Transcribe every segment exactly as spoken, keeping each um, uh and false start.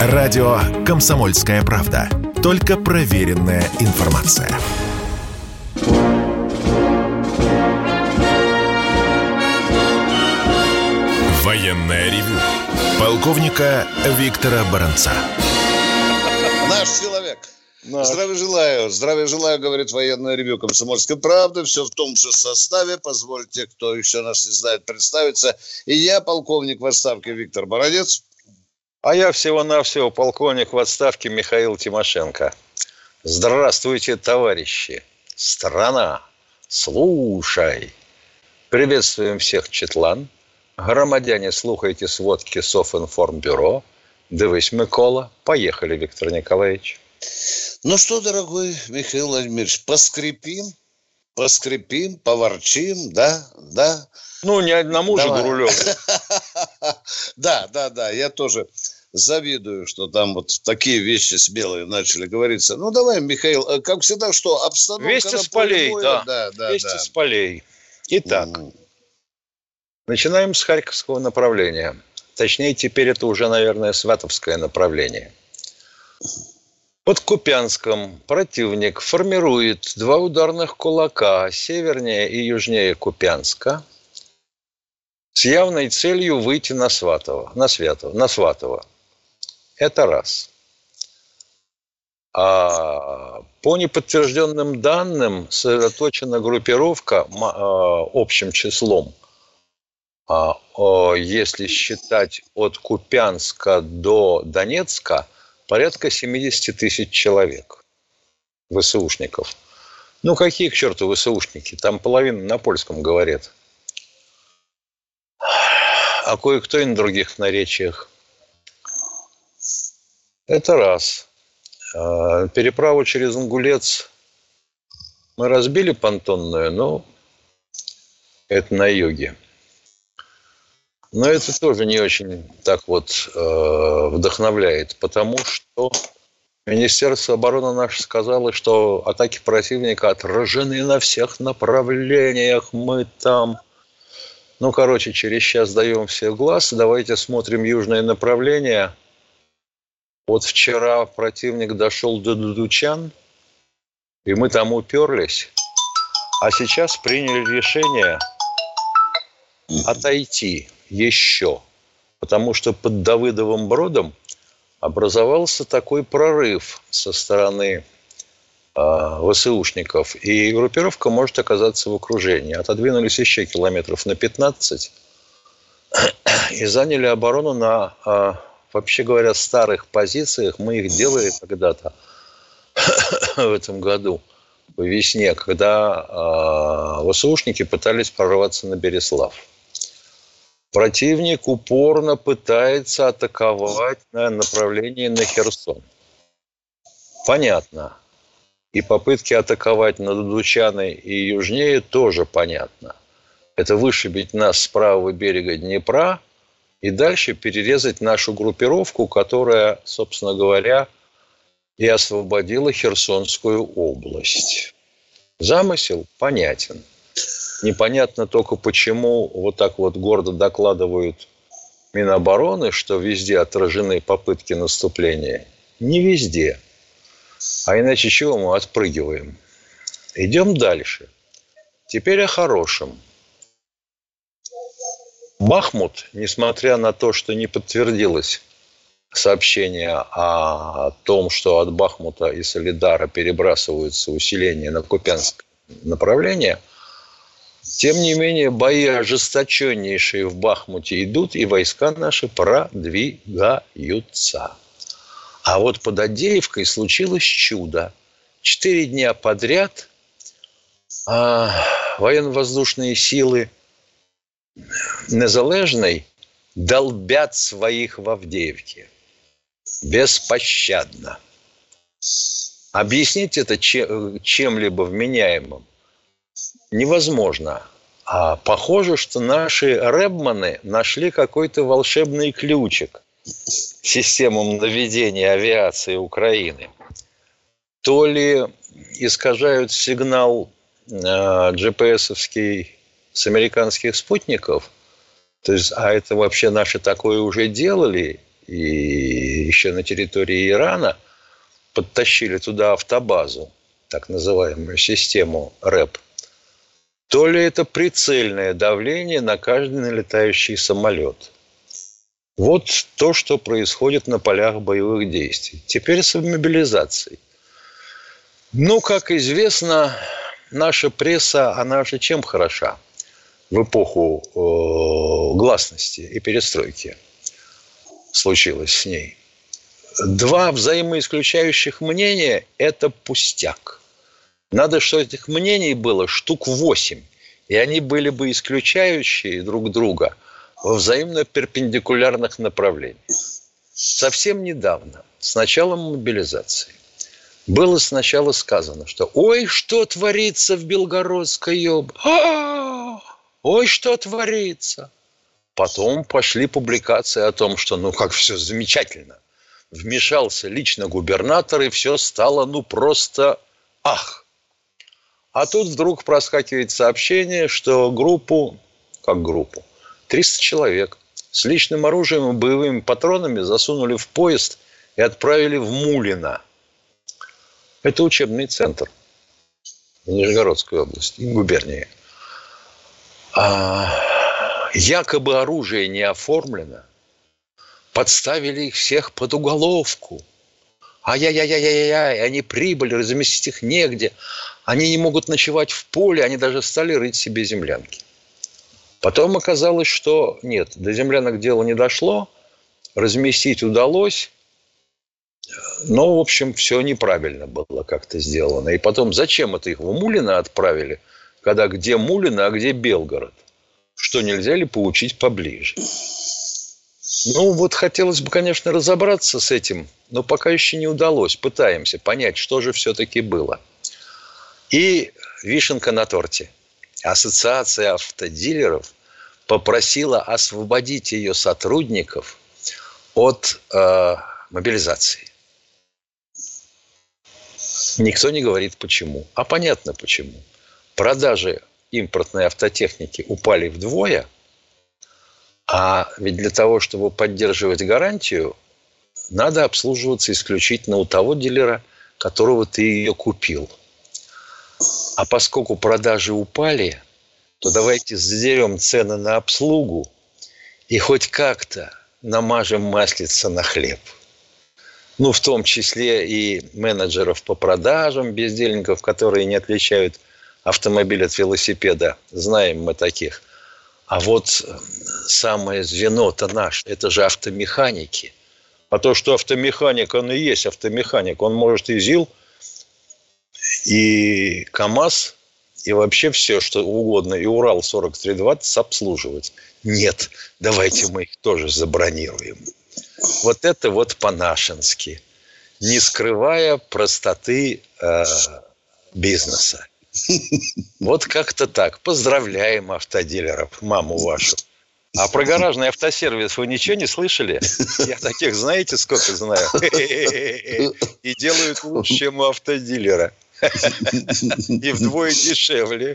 Радио «Комсомольская правда». Только проверенная информация. Военное ревю полковника Виктора Баранца. Наш человек. Наш. Здравия желаю. Здравия желаю, говорит военное ревю «Комсомольской правды». Все в том же составе. Позвольте, кто еще нас не знает, представиться. И я, полковник в отставке Виктор Баранец. А я всего-навсего полковник в отставке Михаил Тимошенко. Здравствуйте, товарищи. Страна, слушай. Приветствуем всех, Четлан. Громадяне, слухайте сводки Софинформбюро. Дивись, Микола. Поехали, Виктор Николаевич. Ну что, дорогой Михаил Владимирович, поскрипим, поскрипим, поворчим, да, да. Ну, не одному же Гурулеву. Да, да, да, я тоже завидую, что там вот такие вещи смелые начали говориться. Ну, давай, Михаил, как всегда, что, обстановка... Вести с полей, да. да, да Вести да. с полей. Итак, mm. начинаем с Харьковского направления. Точнее, теперь это уже, наверное, Сватовское направление. Под Купянском противник формирует два ударных кулака севернее и южнее Купянска с явной целью выйти на Сватово, на Святово, на Сватово. Это раз. А по неподтвержденным данным сосредоточена группировка общим числом, если считать от Купянска до Донецка, порядка семьдесят тысяч человек, ВСУшников. Ну, какие к черту ВСУшники? Там половина на польском говорит. А кое-кто и на других наречиях. Это раз. Переправу через Ингулец мы разбили понтонную, но это на юге. Но это тоже не очень так вот э, вдохновляет, потому что Министерство обороны наше сказало, что атаки противника отражены на всех направлениях. Мы там... Ну, короче, через час даем всех глаз. Давайте смотрим южное направление. Вот вчера противник дошел до Дудучан, и мы там уперлись. А сейчас приняли решение отойти еще. Потому что под Давыдовым Бродом образовался такой прорыв со стороны э, ВСУшников. И группировка может оказаться в окружении. Отодвинулись еще километров на пятнадцать и заняли оборону на, э, вообще говоря, старых позициях. Мы их делали когда-то в этом году, по весне, когда э, ВСУшники пытались прорваться на Береслав. Противник упорно пытается атаковать на направлении на Херсон. Понятно. И попытки атаковать на Дудучаны и южнее тоже понятно. Это вышибить нас с правого берега Днепра и дальше перерезать нашу группировку, которая, собственно говоря, и освободила Херсонскую область. Замысел понятен. Непонятно только, почему вот так вот гордо докладывают Минобороны, что везде отражены попытки наступления. Не везде. А иначе чего мы отпрыгиваем? Идем дальше. Теперь о хорошем. Бахмут, несмотря на то, что не подтвердилось сообщение о том, что от Бахмута и Солидара перебрасываются усиления на Купянское направление, тем не менее, бои ожесточеннейшие в Бахмуте идут, и войска наши продвигаются. А вот под Адеевкой случилось чудо. Четыре дня подряд а, военно-воздушные силы Незалежной долбят своих в Авдеевке. Беспощадно. Объяснить это чем-либо вменяемым невозможно. А похоже, что наши рэбманы нашли какой-то волшебный ключик к системам наведения авиации Украины. То ли искажают сигнал э, джи пи эс-овский с американских спутников, то есть, а это вообще наши такое уже делали, и еще на территории Ирана подтащили туда автобазу, так называемую систему рэп, то ли это прицельное давление на каждый налетающий самолет. Вот то, что происходит на полях боевых действий. Теперь с мобилизацией. Ну, как известно, наша пресса, она же чем хороша в эпоху э, гласности и перестройки случилось с ней? Два взаимоисключающих мнения – это пустяк. Надо, чтобы этих мнений было штук восемь, и они были бы исключающие друг друга во взаимно перпендикулярных направлениях. Совсем недавно, с началом мобилизации, было сначала сказано, что «Ой, что творится в Белгородской области! Ой, что творится!» Потом пошли публикации о том, что ну как все замечательно. Вмешался лично губернатор, и все стало ну просто ах. А тут вдруг проскакивает сообщение, что группу, как группу, триста человек с личным оружием и боевыми патронами засунули в поезд и отправили в Мулино. Это учебный центр в Нижегородской области, губернии. А якобы оружие не оформлено. Подставили их всех под уголовку. Ай-яй-яй-яй-яй-яй, они прибыли, разместить их негде. Они не могут ночевать в поле, они даже стали рыть себе землянки. Потом оказалось, что нет, до землянок дело не дошло, разместить удалось, но, в общем, все неправильно было как-то сделано. И потом, зачем это их в Мулино отправили, когда где Мулино, а где Белгород? Что, нельзя ли поучить поближе? Ну, вот хотелось бы, конечно, разобраться с этим, но пока еще не удалось. Пытаемся понять, что же все-таки было. И вишенка на торте. Ассоциация автодилеров попросила освободить ее сотрудников от э, мобилизации. Никто не говорит почему. А понятно почему. Продажи импортной автотехники упали вдвое, а ведь для того, чтобы поддерживать гарантию, надо обслуживаться исключительно у того дилера, которого ты ее купил. А поскольку продажи упали, то давайте задерем цены на обслугу и хоть как-то намажем маслица на хлеб. Ну, в том числе и менеджеров по продажам, бездельников, которые не отличают автомобиль от велосипеда. Знаем мы таких. А вот самое звено-то наше, это же автомеханики. А то, что автомеханик, он и есть автомеханик. Он может и ЗИЛ, и КАМАЗ, и вообще все, что угодно, и Урал сорок три двадцать обслуживать. Нет, давайте мы их тоже забронируем. Вот это вот по-нашенски, не скрывая простоты э, бизнеса. Вот как-то так. Поздравляем автодилеров, маму вашу. А про гаражный автосервис вы ничего не слышали? Я таких, знаете, сколько знаю? И делают лучше, чем у автодилера. И вдвое дешевле.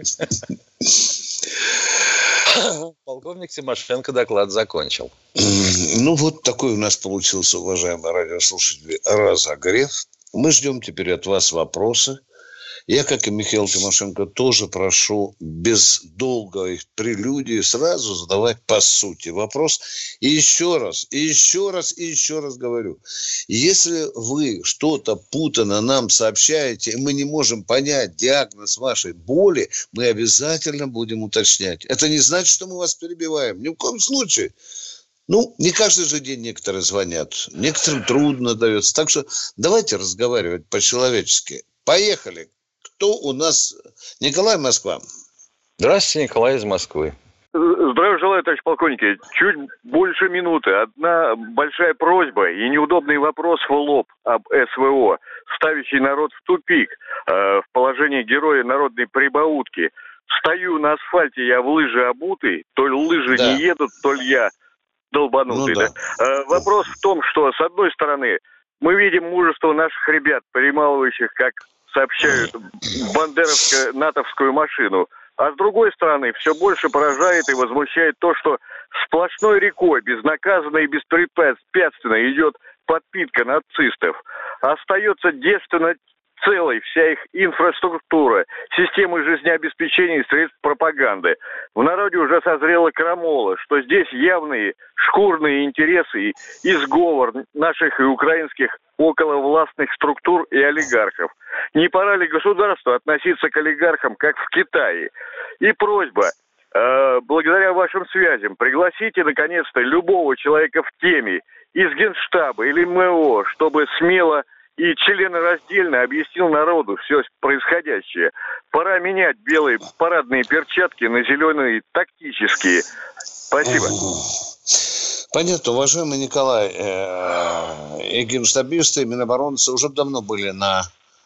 Полковник Тимошенко доклад закончил. Ну, вот такой у нас получился, уважаемый радиослушатель, разогрев. Мы ждем теперь от вас вопросы. Я, как и Михаил Тимошенко, тоже прошу без долгой прелюдии сразу задавать по сути вопрос. И еще раз, и еще раз, и еще раз говорю. Если вы что-то путано нам сообщаете, и мы не можем понять диагноз вашей боли, мы обязательно будем уточнять. Это не значит, что мы вас перебиваем. Ни в коем случае. Ну, не каждый же день некоторые звонят. Некоторым трудно дается. Так что давайте разговаривать по-человечески. Поехали. Кто у нас? Николай, Москва. Здравствуйте, Николай из Москвы. Здравия желаю, товарищ полковник. Чуть больше минуты. Одна большая просьба и неудобный вопрос в лоб об СВО, ставящий народ в тупик э, в положении героя народной прибаутки. Стою на асфальте, я в лыжи обутый, то ли лыжи да. не едут, то ли я долбанутый. Ну, да. Да? Э, вопрос в том, что, с одной стороны, мы видим мужество наших ребят, перемалывающих, как сообщают, бандеровскую натовскую машину. А с другой стороны, все больше поражает и возмущает то, что сплошной рекой безнаказанно и беспрепятственно идет подпитка нацистов. Остается девственно целой вся их инфраструктура, системы жизнеобеспечения и средств пропаганды. В народе уже созрела крамола, что здесь явные шкурные интересы и сговор наших и украинских околовластных структур и олигархов. Не пора ли государству относиться к олигархам, как в Китае? И просьба, э, благодаря вашим связям, пригласите, наконец-то, любого человека в теме из Генштаба или МО, чтобы смело и членораздельно объяснил народу все происходящее. Пора менять белые парадные перчатки на зеленые тактические. Спасибо. Понятно, уважаемый Николай, и генштабисты, и миноборонцы уже давно были на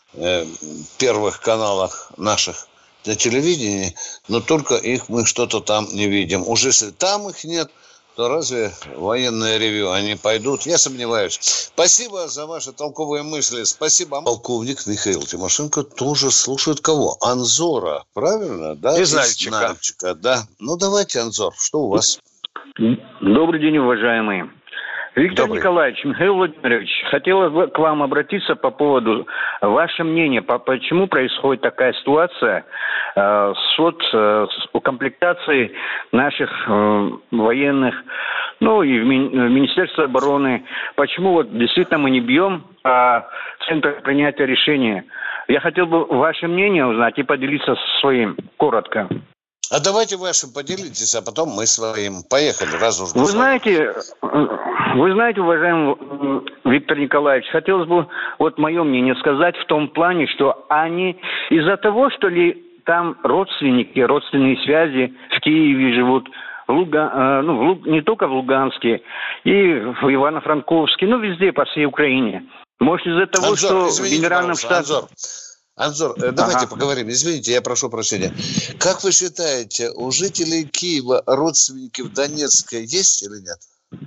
первых каналах наших на телевидении, но только их мы что-то там не видим. Уже если там их нет, то разве военное ревью они пойдут? Я сомневаюсь. Спасибо за ваши толковые мысли. Спасибо. Полковник Михаил Тимошенко тоже слушает кого? Анзора, правильно? Да? Из Нальчика. Нальчика, да. Ну, давайте, Анзор, что у вас? Добрый день, уважаемые. Виктор Добрый. Николаевич, Михаил Владимирович, хотела к вам обратиться по поводу ваше мнение, по, почему происходит такая ситуация э, с, вот, э, с укомплектацией наших э, военных, ну и в, ми- в Министерстве обороны. Почему вот действительно мы не бьем по центру принятия решения? Я хотел бы ваше мнение узнать и поделиться своим коротко. А давайте вашим поделитесь, а потом мы своим. Поехали, раз уж... Вы знаете, вы знаете, уважаемый Виктор Николаевич, хотелось бы вот мое мнение сказать в том плане, что они из-за того, что ли там родственники, родственные связи в Киеве живут, в Луга, ну, в Луг, не только в Луганске, и в Ивано-Франковске, ну, везде, по всей Украине. Может, из-за того, Анзор, что в Генеральном штабе... Анзор. Анзор, давайте ага. поговорим. Извините, я прошу прощения. Как вы считаете, у жителей Киева родственники в Донецке есть или нет?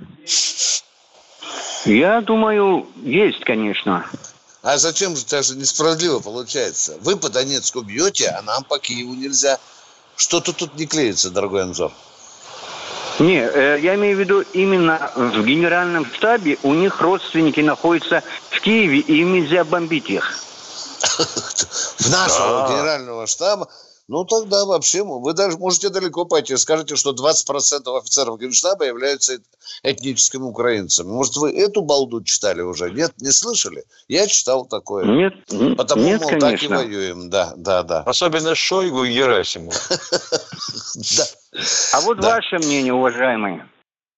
Я думаю, есть, конечно. А зачем же, даже несправедливо получается? Вы по Донецку бьете, а нам по Киеву нельзя. Что-то тут не клеится, дорогой Анзор. Не, я имею в виду именно в Генеральном штабе у них родственники находятся в Киеве, и им нельзя бомбить их. В нашего генерального штаба, ну тогда вообще вы даже можете далеко пойти. Скажете, что двадцать процентов офицеров генштаба являются этническими украинцами. Может, вы эту балду читали уже? Нет, не слышали? Я читал такое. Нет, Потому, нет, мол, конечно. так и воюем. Да, да, да. Особенно Шойгу и Герасимову. А вот ваше мнение, уважаемые.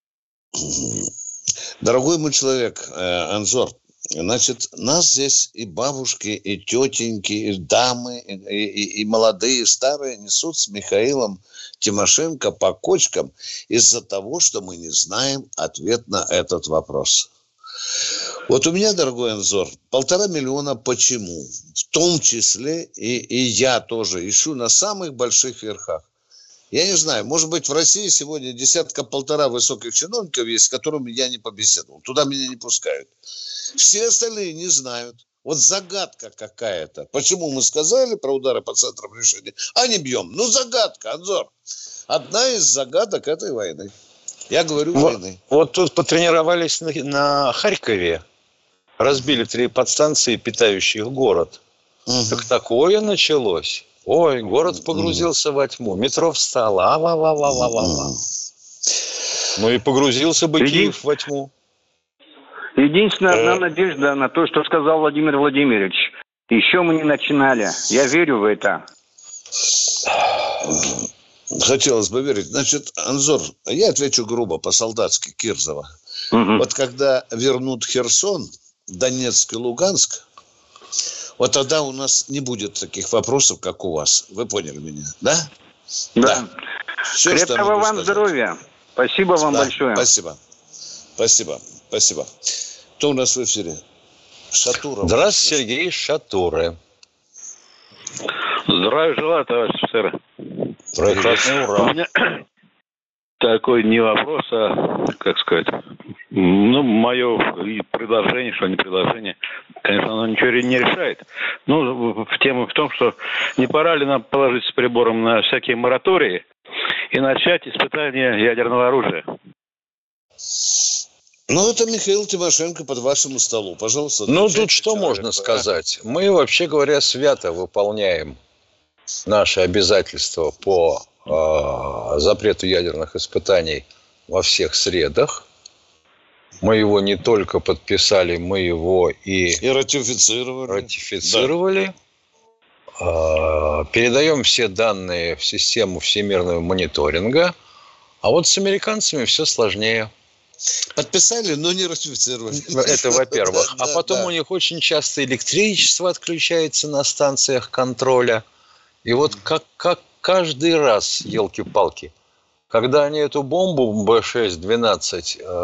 Дорогой мой человек, Анзор, значит, нас здесь и бабушки, и тетеньки, и дамы, и, и, и молодые, и старые несут с Михаилом Тимошенко по кочкам из-за того, что мы не знаем ответ на этот вопрос. Вот у меня, дорогой Анзор, полтора миллиона почему? В том числе и, и я тоже ищу на самых больших верхах. Я не знаю, может быть, в России сегодня десятка-полтора высоких чиновников есть, с которыми я не побеседовал. Туда меня не пускают. Все остальные не знают. Вот загадка какая-то. Почему мы сказали про удары по центрам решения, а не бьем? Ну, загадка, Анзор. Одна из загадок этой войны. Я говорю вот, войны. Вот тут потренировались на, на Харькове. Разбили три подстанции, питающие город. Угу. Так такое началось. Ой, город погрузился угу. во тьму. Метро встало. А-ва-ва-ва-ва-ва. Угу. Ну и погрузился бы Киев во тьму. Единственная одна надежда на то, что сказал Владимир Владимирович. Еще мы не начинали. Я верю в это. Хотелось бы верить. Значит, Анзор, я отвечу грубо, по-солдатски, Кирзова. Угу. Вот когда вернут Херсон, Донецк и Луганск, вот тогда у нас не будет таких вопросов, как у вас. Вы поняли меня, да? Да. да. Все, крепкого вам сказать. Здоровья. Спасибо вам да, большое. Спасибо. Спасибо. Спасибо. Кто у нас в эфире? Шатура. Здравствуйте, Сергей Шатура. Здравия желаю, товарищ офицеры. Прекрасный ура. У меня такой не вопрос, а, как сказать, ну, мое предложение, что не предложение. Конечно, оно ничего не решает. Ну, тема в том, что не пора ли нам положить с прибором на всякие моратории и начать испытание ядерного оружия? Ну, это Михаил Тимошенко под вашему столу. Пожалуйста. Ну, тут что человек, можно сказать? Мы, вообще говоря, свято выполняем наши обязательства по э, запрету ядерных испытаний во всех средах. Мы его не только подписали, мы его и, и ратифицировали. ратифицировали. Да. Передаем все данные в систему всемирного мониторинга. А вот с американцами все сложнее. Подписали, но не ратифицировали. Это во-первых. Да, а потом да. у них очень часто электричество отключается на станциях контроля. И вот как, как каждый раз, елки-палки, когда они эту бомбу бэ шесть двенадцать э,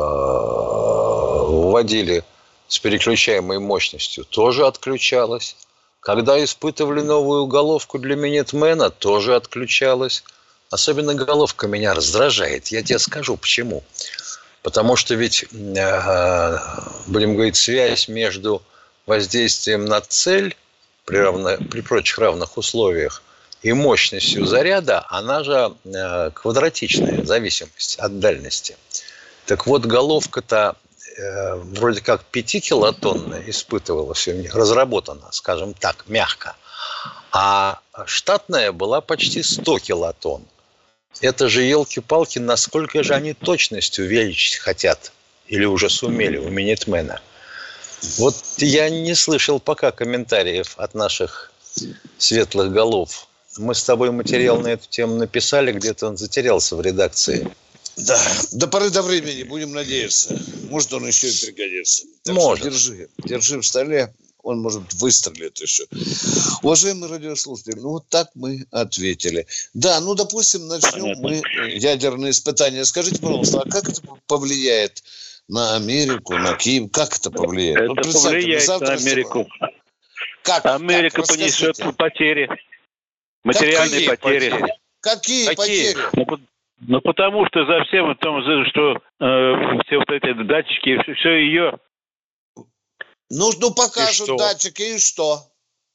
вводили с переключаемой мощностью, тоже отключалась. Когда испытывали новую головку для Минитмена, тоже отключалась. Особенно головка меня раздражает. Я тебе скажу, почему. Потому что ведь, э, будем говорить, связь между воздействием на цель при, равно, при прочих равных условиях и мощностью заряда, она же э, квадратичная, зависимость от дальности. Так вот, головка-то э, вроде как пятикилотонная испытывалась, у них разработана, скажем так, мягко. А штатная была почти сто килотонн. Это же, елки-палки, насколько же они точность увеличить хотят или уже сумели у Минитмена. Вот я не слышал пока комментариев от наших светлых голов. Мы с тобой материал на эту тему написали, где-то он затерялся в редакции. Да, до поры до времени, будем надеяться. Может, он еще и пригодится. Так может. Держи, держи в столе, он, может, выстрелит еще. Уважаемые радиослушатели, ну вот так мы ответили. Да, ну, допустим, начнем мы ядерные испытания. Скажите, пожалуйста, а как это повлияет на Америку, на Киев? Как это повлияет? Это вот повлияет на Америку. Как? Америка как? понесет потери. Материальные Какие потери. потери? Какие, Какие? потери? Ну, ну, потому что за всем, том, что э, все вот эти датчики, все, все ее... Ну, ну покажут датчики, и что?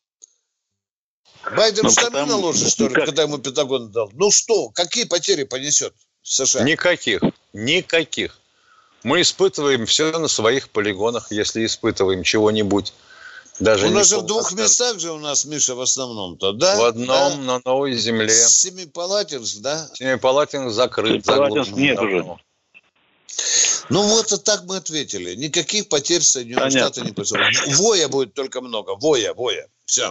Байден ну, штаны потому... наложит, что ли, как? Когда ему Пентагон дал? Ну что, какие потери понесет США? Никаких, никаких. Мы испытываем все на своих полигонах, если испытываем чего-нибудь. Даже у нас же в двух местах же у нас, Миша, в основном-то, да? В одном, да? На Новой Земле. Семипалатинск, да? Семипалатинск закрыт. Семипалатинск нет уже. Ну вот и так мы ответили. Никаких потерь Соединенных Штатов не произошло. Воя будет только много. Воя, воя. Все.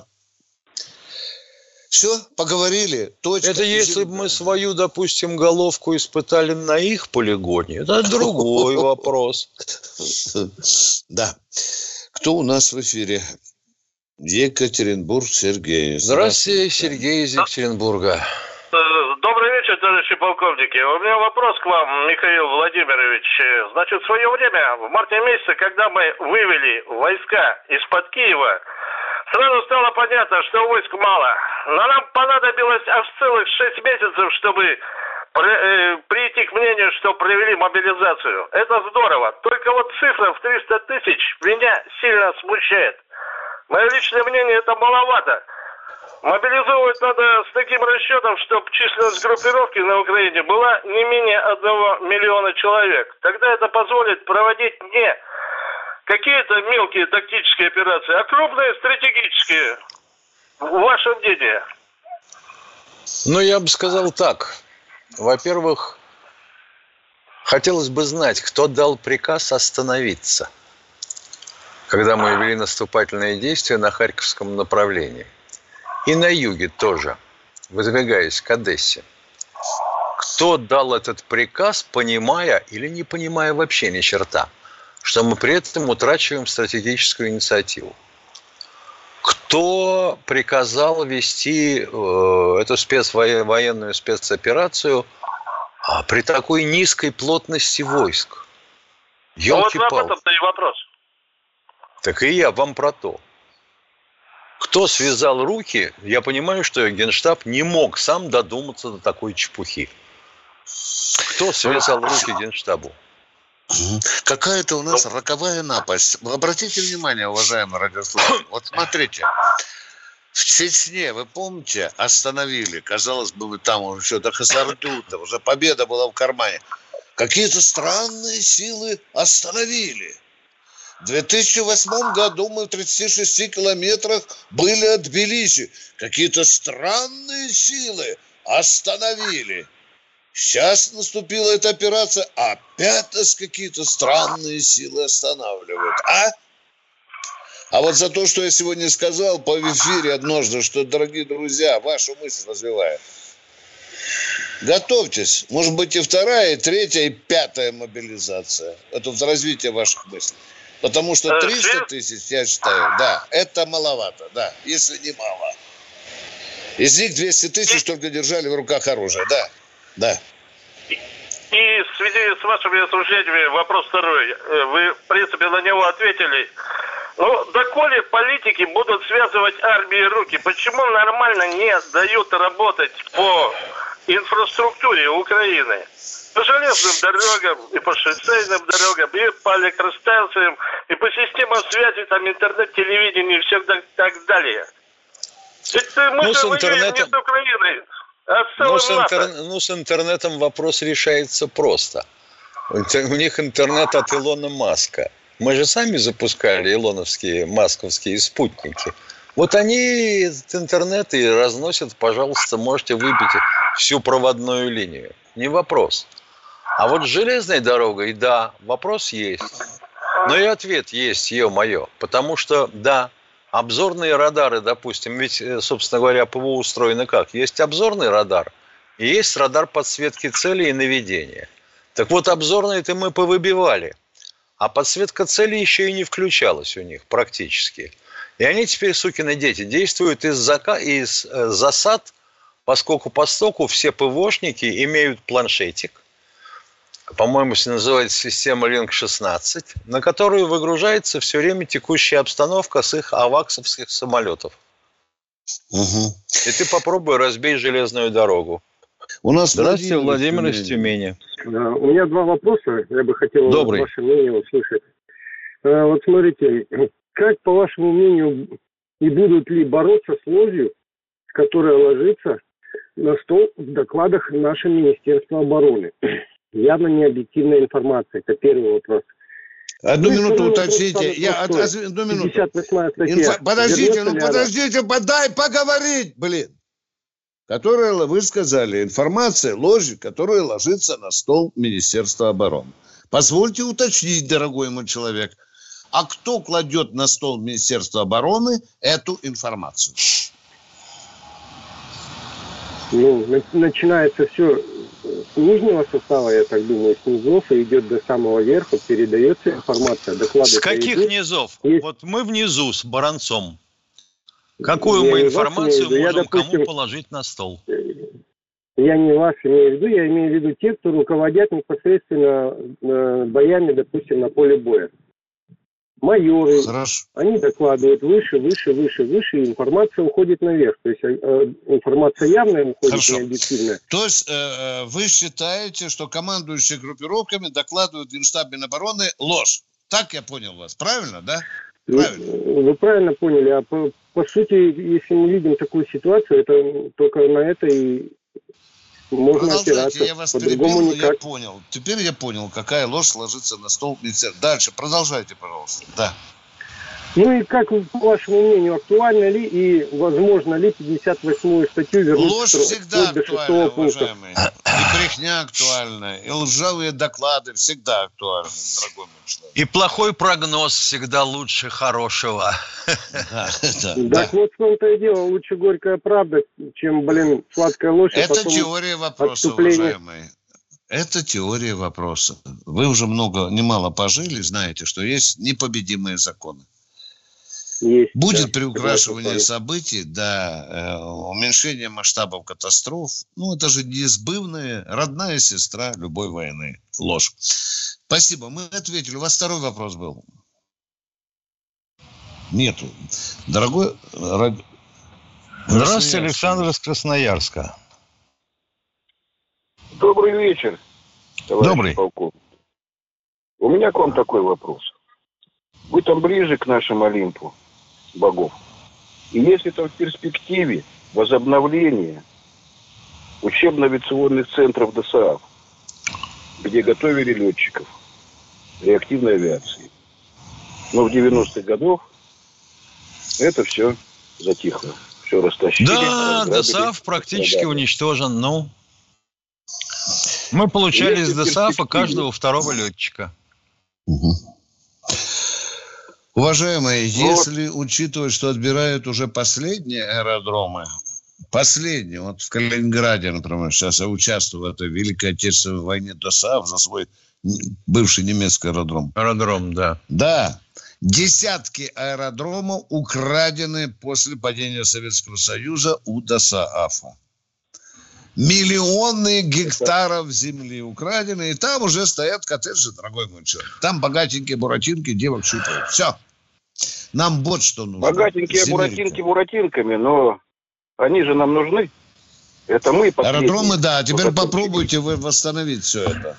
Все, поговорили. Точка. Это если бы мы свою, допустим, головку испытали на их полигоне, это другой вопрос. Да. Кто у нас в эфире? Екатеринбург, Сергей. Здравствуйте, Сергей из Екатеринбурга. Добрый вечер, товарищи полковники. У меня вопрос к вам, Михаил Владимирович. Значит, в свое время, в марте месяце, когда мы вывели войска из-под Киева, сразу стало понятно, что войск мало. Но нам понадобилось аж целых шесть месяцев, чтобы прийти к мнению, что провели мобилизацию. Это здорово. Только вот цифра в триста тысяч меня сильно смущает. Мое личное мнение, это маловато. Мобилизовывать надо с таким расчетом, чтобы численность группировки на Украине была не менее одного миллиона человек. Тогда это позволит проводить не какие-то мелкие тактические операции, а крупные стратегические. Ваше мнение? Ну, я бы сказал так. Во-первых, хотелось бы знать, кто дал приказ остановиться, когда мы вели наступательные действия на Харьковском направлении. И на юге тоже, выдвигаясь к Одессе. Кто дал этот приказ, понимая или не понимая вообще ни черта, что мы при этом утрачиваем стратегическую инициативу? Кто приказал вести э, эту спецвоенную спецоперацию а, при такой низкой плотности войск? Ёлки-палки. Вот об этом-то и вопрос. Так и я вам про то. Кто связал руки, я понимаю, что Генштаб не мог сам додуматься до такой чепухи. Кто связал руки Генштабу? Какая-то у нас роковая напасть. Обратите внимание, уважаемые радиослушатели. Вот смотрите. В Чечне, вы помните, остановили. Казалось бы, там уже что-то Хасардута, уже победа была в кармане. Какие-то странные силы остановили. В две тысячи восьмом году мы в тридцати шести километрах были от Тбилиси. Какие-то странные силы остановили. Сейчас наступила эта операция, опять нас какие-то странные силы останавливают. А? А вот за то, что я сегодня сказал по эфире однажды, что, дорогие друзья, вашу мысль развиваю. Готовьтесь. Может быть и вторая, и третья, и пятая мобилизация. Это вот развитие ваших мыслей. Потому что триста тысяч, я считаю, да, это маловато, да, если не мало. Из них двести тысяч только держали в руках оружие, да, да. И в связи с вашими рассуждениями вопрос второй. Вы, в принципе, на него ответили. Ну, доколе политики будут связывать армии руки, почему нормально не дают работать по инфраструктуре Украины? По железным дорогам, и по шоссейным дорогам, и по электростанциям, и по системам связи, там, интернет, телевидение, и все так, так далее. Ведь мы ну, же с воюем интернетом... не с Украиной, а с ну, с целым интер... НАТО. ну, с интернетом вопрос решается просто. У них интернет от Илона Маска. Мы же сами запускали илоновские, масковские спутники. Вот они этот интернет и разносят, пожалуйста, можете выбить всю проводную линию. Не вопрос. А вот с железной дорогой, да, вопрос есть. Но и ответ есть, ё-моё. Потому что, да, обзорные радары, допустим, ведь, собственно говоря, ПВО устроено как? Есть обзорный радар и есть радар подсветки цели и наведения. Так вот, обзорные-то мы повыбивали. А подсветка цели еще и не включалась у них практически. И они теперь, сукины дети, действуют из, зака... из э, засад, поскольку по стоку все ПВОшники имеют планшетик, по-моему, называется система Линк шестнадцать, на которую выгружается все время текущая обстановка с их аваксовских самолетов. Угу. И ты попробуй разбей железную дорогу. У нас Здравствуйте, Владимир из Тюмени. У меня два вопроса, я бы хотел Добрый. ваше мнение услышать. Вот смотрите, как, по вашему мнению, и будут ли бороться с ложью, которая ложится на стол в докладах нашего Министерства обороны? Явно не объективная информация. Это первый вопрос. Одну ну, минуту уточните. Я, од, одну минуту. пятьдесят восьмая статья. Инфо... Подождите, ну Вернется подождите, подай поговорить, блин. Которая, вы сказали, информация, ложь, которая ложится на стол Министерства обороны. Позвольте уточнить, дорогой мой человек, а кто кладет на стол Министерства обороны эту информацию? Ну, начинается все с нижнего состава, я так думаю, с низов, и идет до самого верха, передается информация, доклады. С каких идут. низов? Есть... Вот мы внизу с Баранцом. Какую я мы информацию можем я, допустим, кому положить на стол? Я не вас имею в виду, я имею в виду те, кто руководят непосредственно э, боями, допустим, на поле боя. Майоры, Хорошо. Они докладывают выше, выше, выше, выше, и информация уходит наверх. То есть э, информация явная уходит, Хорошо. Не объективная. То есть э, вы считаете, что командующие группировками докладывают Генштаб Минобороны ложь? Так я понял вас, правильно, да? Правильно. Вы, вы правильно поняли, а по, по сути, если мы видим такую ситуацию, это только на это и можно Продолжайте, опираться. я вас По-другому перебил, никак. я понял. Теперь я понял, какая ложь ложится на стол министерства. Дальше, продолжайте, пожалуйста. Да. Ну и как, по вашему мнению, актуально ли и возможно ли пятьдесят восьмую статью вернуть? Ложь всегда актуальна, уважаемые. И брехня актуальна, и лживые доклады всегда актуальны, дорогой мой человек. И плохой прогноз всегда лучше хорошего. Да, да, так да. вот в том-то и дело, лучше горькая правда, чем, блин, сладкая ложь. Это теория вопроса, отступление. уважаемые. Это теория вопроса. Вы уже много, немало пожили, знаете, что есть непобедимые законы. Есть, Будет да, приукрашивание событий, да, э, уменьшение масштабов катастроф. Ну, это же неизбывная родная сестра любой войны. Ложь. Спасибо, мы ответили. У вас второй вопрос был. Нету. Дорогой... Ради... Здравствуйте, Александр из Красноярска. Добрый вечер, товарищ Добрый. полковник. У меня к вам такой вопрос. Вы там ближе к нашему Олимпу богов. И если там в перспективе возобновление учебно-авиационных центров ДОСААФ, где готовили летчиков реактивной авиации, но в девяностых годах это все затихло. Все растащили. Да, ДОСААФ практически да, уничтожен. Ну, мы получали из ДОСААФа каждого второго летчика. Угу. Уважаемые, ну, если вот... учитывать, что отбирают уже последние аэродромы, последние, вот в Калининграде, например, сейчас я участвую в этой Великой Отечественной войне ДОСААФ за свой бывший немецкий аэродром. Аэродром, да. Да. Десятки аэродромов украдены после падения Советского Союза у ДОСААФа. Миллионы гектаров земли украдены, и там уже стоят коттеджи, дорогой мой человек. Там богатенькие буратинки девок щупают. Все. Нам вот что нужно. Богатенькие Земелька. Буратинки буратинками, но они же нам нужны. Это мы последние. Аэродромы, да. Теперь попробуйте вы восстановить все это.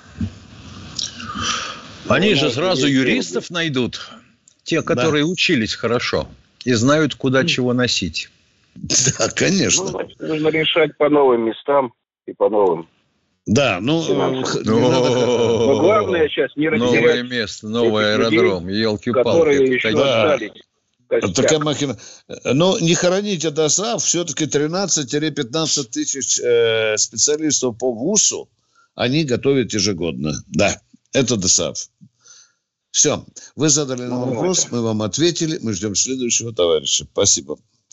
Они же сразу юристов найдут. Те, которые да. учились хорошо и знают, куда чего носить. Да, конечно. Ну, значит, нужно решать по новым местам и по новым. Да, ну... Но главное сейчас не растерять... Новое место, новый аэродром, елки-палки. Которые еще остались. Такая махина. Но не хороните ДОСААФ, все-таки тринадцать-пятнадцать тысяч э, специалистов по ВУСу они готовят ежегодно. Да, это ДОСААФ. Все. Вы задали нам ну, вопрос, это. мы вам ответили. Мы ждем следующего товарища. Спасибо.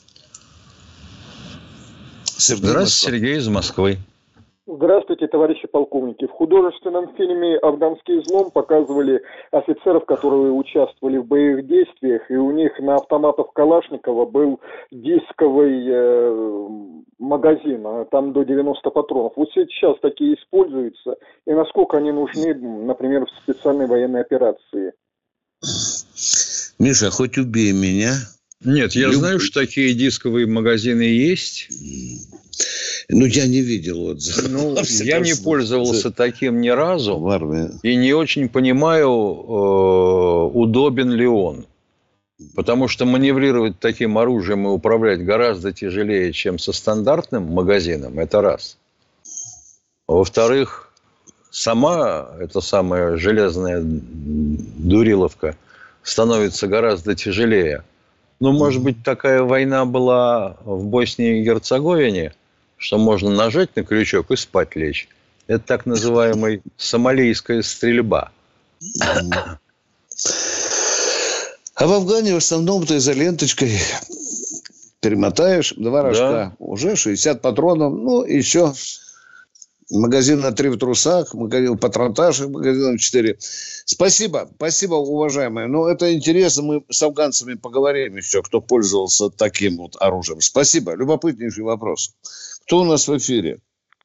Сергей Здравствуйте, Сергей из Москвы. Здравствуйте, товарищи полковники. В художественном фильме «Афганский излом» показывали офицеров, которые участвовали в боевых действиях, и у них на автоматах Калашникова был дисковый э, магазин, там до девяноста патронов. Вот сейчас такие используются, и насколько они нужны, например, в специальной военной операции? Миша, хоть убей меня. Нет, я Люб... знаю, что такие дисковые магазины есть. Ну, я не видел. Вот, ну, я не пользовался таким ни разу. И не очень понимаю, э, удобен ли он. Потому что маневрировать таким оружием и управлять гораздо тяжелее, чем со стандартным магазином. Это раз. Во-вторых, сама эта самая железная дуриловка становится гораздо тяжелее. Ну, может быть, такая война была в Боснии и Герцеговине, что можно нажать на крючок и спать лечь. Это так называемая сомалийская стрельба. А в Афгане в основном ты за ленточкой перемотаешь два рожка. Да. Уже шестьдесят патронов. Ну, еще магазин на три в трусах, магазин патронтаж, магазин на четыре. Спасибо, спасибо, уважаемые. Ну, это интересно. Мы с афганцами поговорим еще, кто пользовался таким вот оружием. Спасибо. Любопытнейший вопрос. Кто у нас в эфире?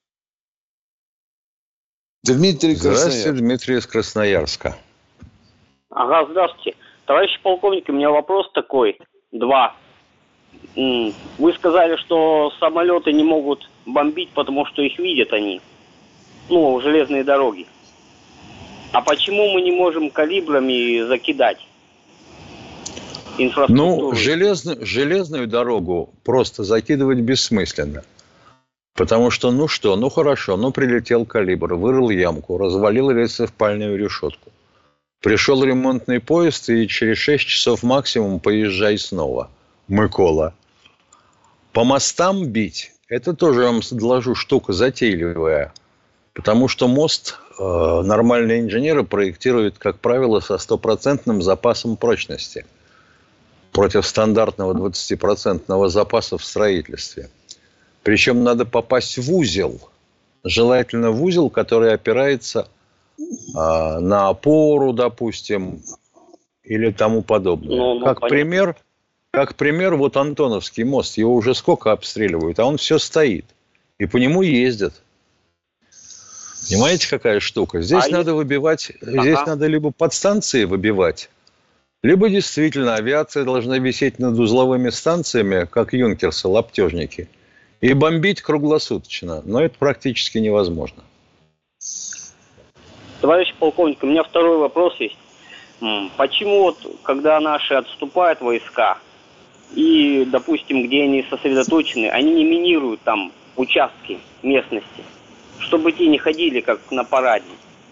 Дмитрий Красноярск. Здравствуйте, Дмитрий из Красноярска. Ага, здравствуйте. Товарищи полковники, у меня вопрос такой. Два. Вы сказали, что самолеты не могут бомбить, потому что их видят они. Ну, железные дороги. А почему мы не можем калибрами закидать инфраструктуру? Ну, железную, железную дорогу просто закидывать бессмысленно. Потому что, ну что, ну хорошо, ну прилетел калибр, вырыл ямку, развалил рельсовпальную решетку. Пришел ремонтный поезд, и через шесть часов максимум поезжай снова. Микола. По мостам бить, это тоже, я вам доложу, штука затейливая. Потому что мост э, нормальные инженеры проектируют, как правило, со стопроцентным запасом прочности. Против стандартного двадцатипроцентного запаса в строительстве. Причем надо попасть в узел. Желательно в узел, который опирается э, на опору, допустим, или тому подобное. Ну, ну, как, пример, как пример, вот Антоновский мост. Его уже сколько обстреливают, а он все стоит. И по нему ездят. Понимаете, какая штука? Здесь а надо выбивать, ага. здесь надо либо подстанции выбивать, либо действительно авиация должна висеть над узловыми станциями, как юнкерсы, лаптежники, и бомбить круглосуточно. Но это практически невозможно. Товарищ полковник, у меня второй вопрос есть. Почему вот, когда наши отступают войска, и, допустим, где они сосредоточены, они не минируют там участки местности, чтобы те не ходили как на параде?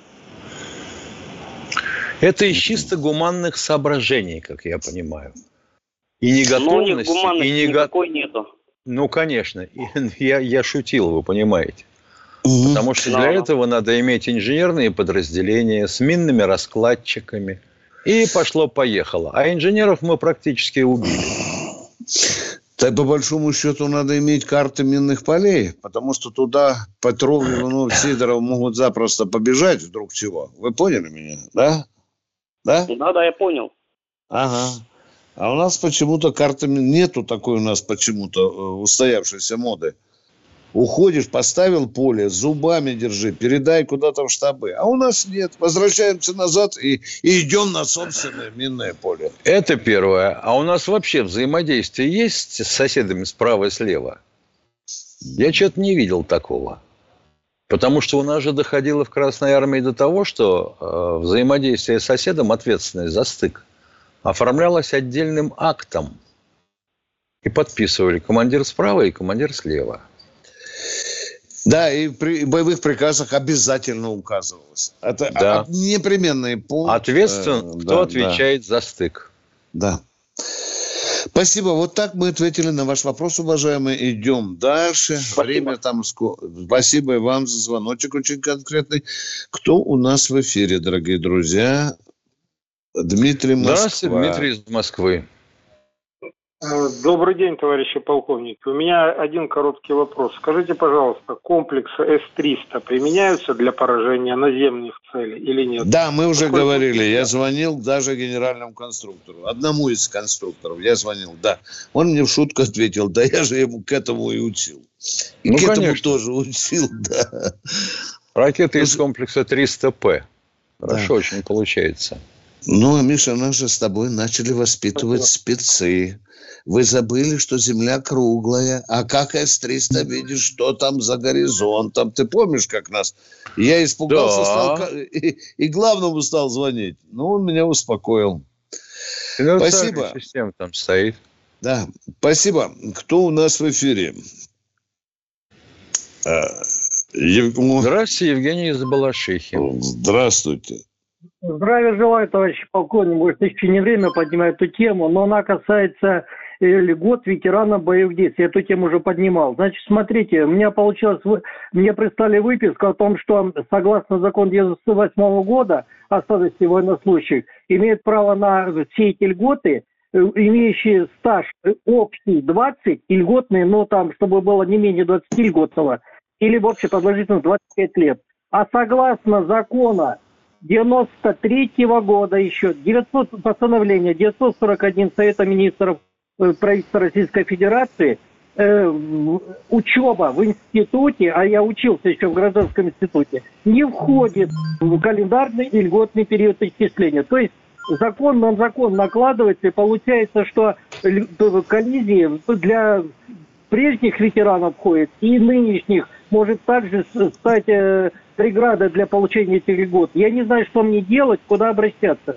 Это из чисто гуманных соображений, как я понимаю. И неготовности, но у них гуманности и него... никакой нету. Ну, конечно. Я, я шутил, вы понимаете. Mm-hmm. Потому что для no. этого надо иметь инженерные подразделения с минными раскладчиками. И пошло-поехало. А инженеров мы практически убили. Так, по большому счету, надо иметь карты минных полей, потому что туда Петров, Иванов, Сидоров могут запросто побежать вдруг чего. Вы поняли меня, да? Да? Да, да, я понял. Ага. А у нас почему-то карты нету такой у нас почему-то устоявшейся моды. Уходишь, поставил поле, зубами держи, передай куда-то в штабы. А у нас нет. Возвращаемся назад и, и идем на собственное минное поле. Это первое. А у нас вообще взаимодействие есть с соседями справа и слева? Я что-то не видел такого. Потому что у нас же доходило в Красной Армии до того, что э, взаимодействие с соседом, ответственность за стык, оформлялось отдельным актом. И подписывали командир справа и командир слева. Да, и при боевых приказах обязательно указывалось. Это да. непременный пункт. Ответственно, э, кто да, отвечает да. за стык. Да. Спасибо. Вот так мы ответили на ваш вопрос, уважаемые. Идем дальше. Спасибо. Время там... Спасибо и вам за звоночек очень конкретный. Кто у нас в эфире, дорогие друзья? Дмитрий Москва. Здравствуйте, Дмитрий из Москвы. Добрый день, товарищи полковники. У меня один короткий вопрос. Скажите, пожалуйста, комплексы эс триста применяются для поражения наземных целей или нет? Да, мы уже Какой говорили. Комплекс? Я звонил даже генеральному конструктору. Одному из конструкторов я звонил, да. Он мне в шутку ответил, да я же ему к этому и учил. И ну, к конечно. этому тоже учил, да. Ракеты из комплекса триста П. Хорошо да. очень получается. Ну, а Миша, нас же с тобой начали воспитывать спецы. Вы забыли, что Земля круглая, а как эс триста видишь, что там за горизонтом. Ты помнишь, как нас... Я испугался, да. стал... и, и главному стал звонить. Ну, он меня успокоил. Спасибо. Система там стоит. Да, спасибо. Кто у нас в эфире? Ев... Здравствуйте, Евгений из Балашихи. Здравствуйте. Здравия желаю, товарищ полковник. Может, еще не время поднимать эту тему, но она касается льгот ветеранам боевых действий. Я эту тему уже поднимал. Значит, смотрите, у меня получилось... Мне прислали выписку о том, что согласно закону девяносто восьмого года о статусе военнослужащих имеют право на все эти льготы, имеющие стаж общий двадцать и льготные, но там, чтобы было не менее двадцати льготного, или в общей продолжительность двадцать пять лет. А согласно закону девяносто третьего года еще, девятьсот постановление девятьсот сорок один Совета министров правительства Российской Федерации, э, учеба в институте, а я учился еще в гражданском институте, не входит в календарный и льготный период исчисления. То есть закон на закон накладывается, и получается, что коллизии для прежних ветеранов входит и нынешних может также стать э, преградой для получения этих льгот. Я не знаю, что мне делать, куда обращаться.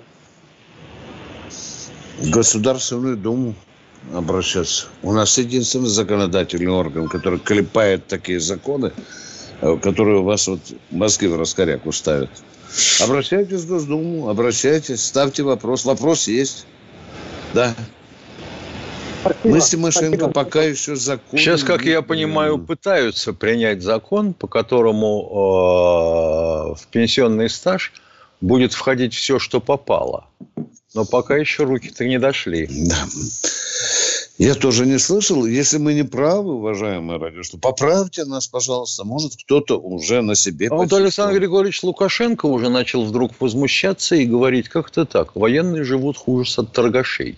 В Государственную Думу обращаться. У нас единственный законодательный орган, который клепает такие законы, которые у вас вот мозги в раскоряку ставят. Обращайтесь в Госдуму, обращайтесь, ставьте вопрос. Вопрос есть. Да. Спасибо. Мы с Тимошенко Спасибо. пока еще закон... Сейчас, как я понимаю, пытаются принять закон, по которому э, в пенсионный стаж будет входить все, что попало. Но пока еще руки-то не дошли. Да. Я тоже не слышал. Если мы не правы, уважаемые радиослушатели, поправьте нас, пожалуйста. Может, кто-то уже на себе... А вот Александр Григорьевич Лукашенко уже начал вдруг возмущаться и говорить, как-то так. Военные живут хуже от торгашей.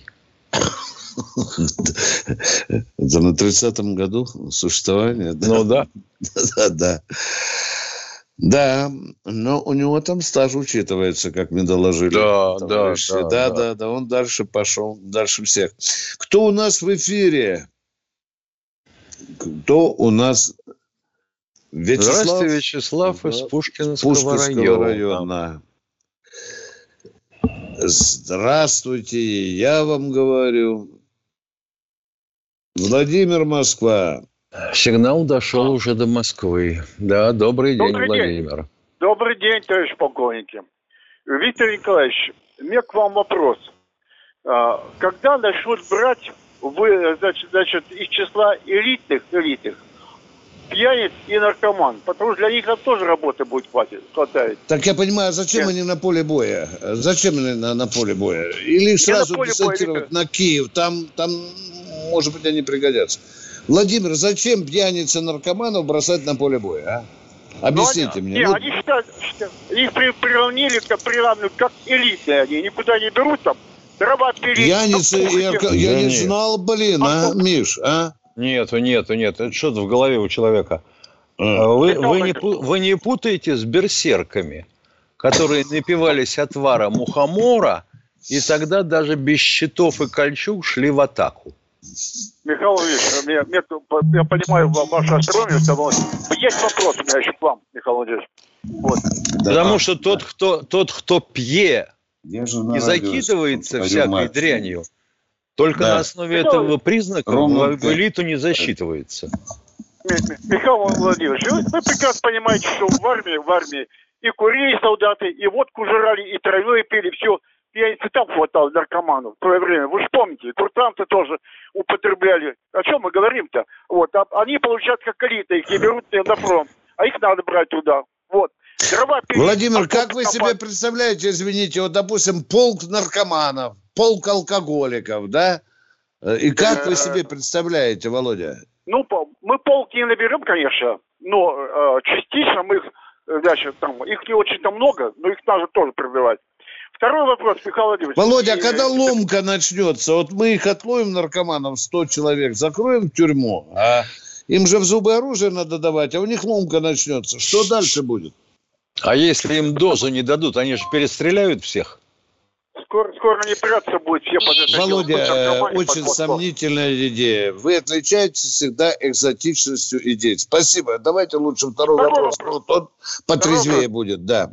Это на тридцатом году существования? Ну да. Да, да. Да, но у него там стаж учитывается, как мне доложили. Да, да, да, да, да, да, да. Он дальше пошел, дальше всех. Кто у нас в эфире? Кто у нас Вячеслав. Здравствуйте, Вячеслав да. из Пушкинского, Пушкинского района. района. Здравствуйте, я вам говорю. Владимир, Москва. Сигнал дошел уже до Москвы. Да, добрый день, Добрый Владимир. День. Добрый день, товарищ полковники. Виктор Николаевич, у меня к вам вопрос. Когда начнут брать вы, значит, значит, из числа элитных, элитных пьяниц и наркоман? Потому что для них там тоже работы будет хватать. Так я понимаю, зачем Нет. они на поле боя? Зачем они на, на поле боя? Или сразу десантировать на Киев? Там, там, может быть, они пригодятся. Владимир, зачем пьяниц и наркоманов бросать на поле боя, а? Объясните они, мне. Нет, ну... они считают, что их приравнили, как, приравнивают, как элитные они. Никуда не берут там. Дрова пилить. Пьяницы и наркоманы. Я да не нет. знал, блин, а, Миш, а? Нету, нету, нет. Это что-то в голове у человека. А. Вы, вы, не, вы не путаете с берсерками, которые напивались отвара мухомора, и тогда даже без щитов и кольчуг шли в атаку. Михаил Ильич, я, я понимаю вашу остроумие, есть вопрос у меня еще к вам, Михаил Ильич. Вот. Потому что тот, кто, тот, кто пье и закидывается всякой мать. дрянью, только да. на основе Михаил... этого признака Рома, в элиту не засчитывается. Михаил Владимирович, вы, вы прекрасно понимаете, что в армии, в армии и курили солдаты, и водку жрали, и тройное пили, все. Пьяницы там хватало наркоманов в свое время. Вы же помните, курсанты тоже употребляли. О чем мы говорим-то? Вот. А они получают как элита, их не берут на фронт, а их надо брать туда. Вот. Дрова пили, Владимир, а как вы себе представляете, извините, вот, допустим, полк наркоманов, полк алкоголиков, да? И как вы себе представляете, Володя? Ну, мы полк не наберем, конечно, но э, частично мы их, значит, там, их не очень-то много, но их надо тоже пробивать. Второй вопрос, Михаил Владимирович. Володя, а когда ломка начнется? Вот мы их отловим, наркоманов, сто человек, закроем в тюрьму, а им же в зубы оружие надо давать, а у них ломка начнется. Что дальше будет? А если им дозу не дадут, они же перестреляют всех? Скоро, скоро не прятаться будет все под это. Володя, дело, очень сомнительная идея. Вы отличаетесь всегда экзотичностью идей. Спасибо. Давайте лучше второй, второй вопрос. вопрос. Вот он потрезвее второй будет, да.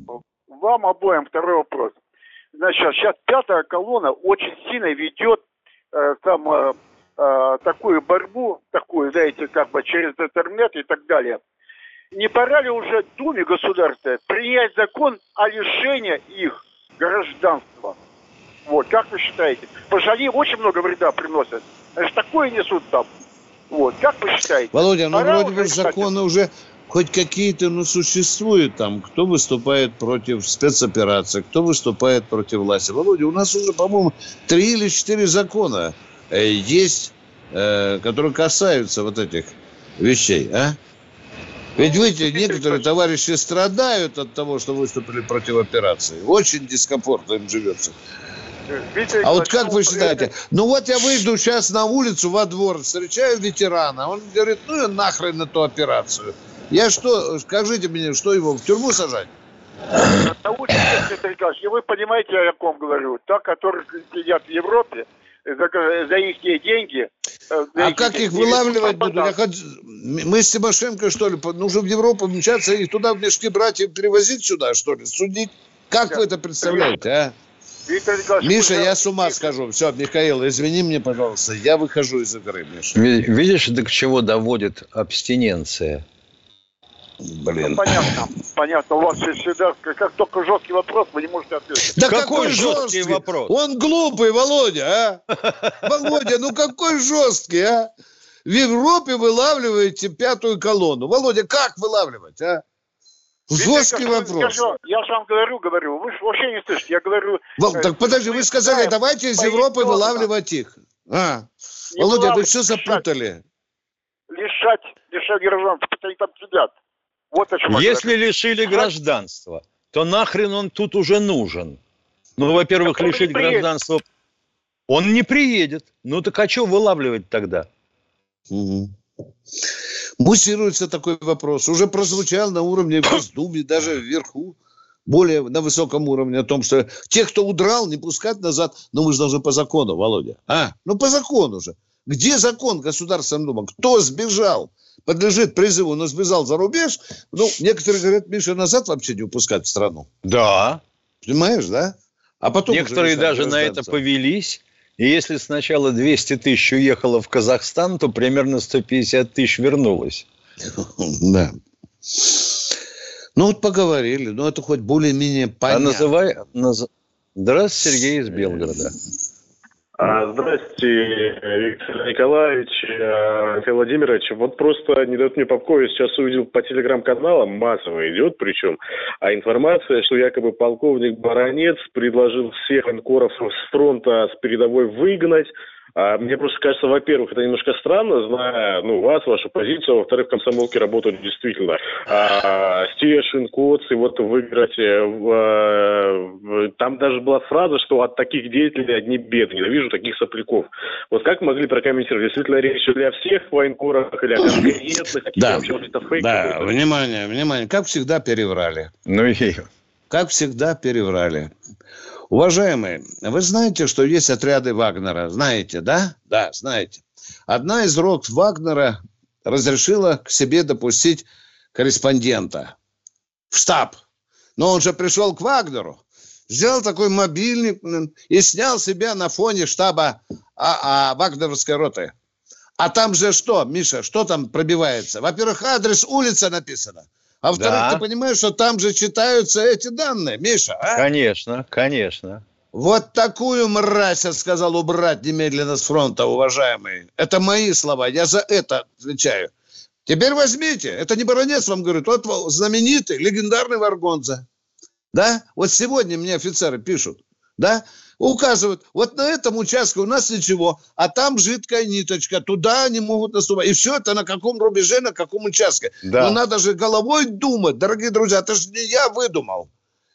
Вам обоим второй вопрос. Значит, сейчас пятая колонна очень сильно ведет э, там э, э, такую борьбу, такую, знаете, как бы через интернет и так далее. Не пора ли уже Думе государственной принять закон о лишении их гражданства? Вот, как вы считаете? Потому что они очень много вреда приносят. Значит, такое несут там. Вот, как вы считаете? Володя, ну вроде бы законы уже... Хоть какие-то, ну, существуют там, кто выступает против спецоперации, кто выступает против власти. Володя, у нас уже, по-моему, три или четыре закона э, есть, э, которые касаются вот этих вещей, а? Ведь вы, некоторые товарищи страдают от того, что выступили против операции. Очень дискомфортно им живется. А вот как вы считаете? Ну вот я выйду сейчас на улицу, во двор, встречаю ветерана, он говорит, ну и нахрен эту операцию. Я что, скажите мне, что его в тюрьму сажать? И вы понимаете, я о ком говорю? Та, которые сидят в Европе за, за их деньги. За а их как деньги, их вылавливать будут? Я хоть... Мы с Тимошенко, что ли, нужно в Европу мчаться, их туда в мешки брать и перевозить сюда, что ли, судить? Как да. вы это представляете, а? Миша, я с ума схожу. Все, Михаил, извини мне, пожалуйста, я выхожу из игры, Миша. Видишь, до чего доводит абстиненция? Блин. Ну, понятно, понятно. У вас всегда, как только жесткий вопрос, вы не можете ответить. Да какой, какой жесткий, жесткий вопрос? Он глупый, Володя, а? Володя, ну какой жесткий, а? В Европе вылавливаете пятую колонну. Володя, как вылавливать, а? Жесткий вопрос. Я, я же вам говорю, говорю, вы же вообще не слышите. Я говорю... Вол, так подожди, вы сказали, давайте из Европы вылавливать их. А, Володя, вы все запутали. Лишать, лишать гражданства, они там сидят. Вот о чем Если лишили гражданства, то нахрен он тут уже нужен? Ну, во-первых, так лишить гражданства... Он не приедет. Ну, так а что вылавливать тогда? Угу. Муссируется такой вопрос. Уже прозвучал на уровне в Госдуме, даже вверху, более на высоком уровне, о том, что тех, кто удрал, не пускать назад. Но мы же должны по закону, Володя. А, ну по закону же. Где закон Государственной Думы? Кто сбежал? подлежит призыву, но сбежал за рубеж, ну, некоторые говорят, Миша, назад вообще не упускать в страну. Да. Понимаешь, да? А потом некоторые даже на это повелись. И если сначала двести тысяч уехало в Казахстан, то примерно сто пятьдесят тысяч вернулось. Да. Ну, вот поговорили. Ну, это хоть более-менее понятно. А называй... Наз... Здравствуйте, Сергей из Белгорода. Здравствуйте, Виктор Николаевич, Михаил Владимирович. Вот просто не дает мне покоя. Сейчас увидел по телеграм-каналам, массово идет причем, а информация, что якобы полковник Баранец предложил всех военкоров с фронта с передовой выгнать. А мне просто кажется, во-первых, это немножко странно, зная, ну, вас, вашу позицию, а во-вторых, в комсомолке работают действительно а, Стешин, Коц, и вот выиграть. А, там даже была фраза, что от таких деятелей одни беды, ненавижу таких сопляков. Вот как могли прокомментировать? Действительно, речь для всех военкоров или о конкретных, да, вообще это фейк? Да, какой-то? внимание, внимание, как всегда переврали. Ну и... Как всегда переврали. Уважаемые, вы знаете, что есть отряды Вагнера? Знаете, да? Да, знаете. Одна из рот Вагнера разрешила к себе допустить корреспондента в штаб. Но он же пришел к Вагнеру, взял такой мобильник и снял себя на фоне штаба а, а, вагнеровской роты. А там же что, Миша, что там пробивается? Во-первых, адрес улицы написано. А во-вторых, да. Ты понимаешь, что там же читаются эти данные, Миша, а? Конечно, конечно. Вот такую мразь, я сказал, убрать немедленно с фронта, уважаемые. Это мои слова, я за это отвечаю. Теперь возьмите, это не Баранец вам говорит, вот знаменитый, легендарный Варгонза. Да? Вот сегодня мне офицеры пишут, да? Указывают, вот на этом участке у нас ничего, а там жидкая ниточка, туда они могут наступать. И все это на каком рубеже, на каком участке. Да. Но надо же головой думать, дорогие друзья, это же не я выдумал.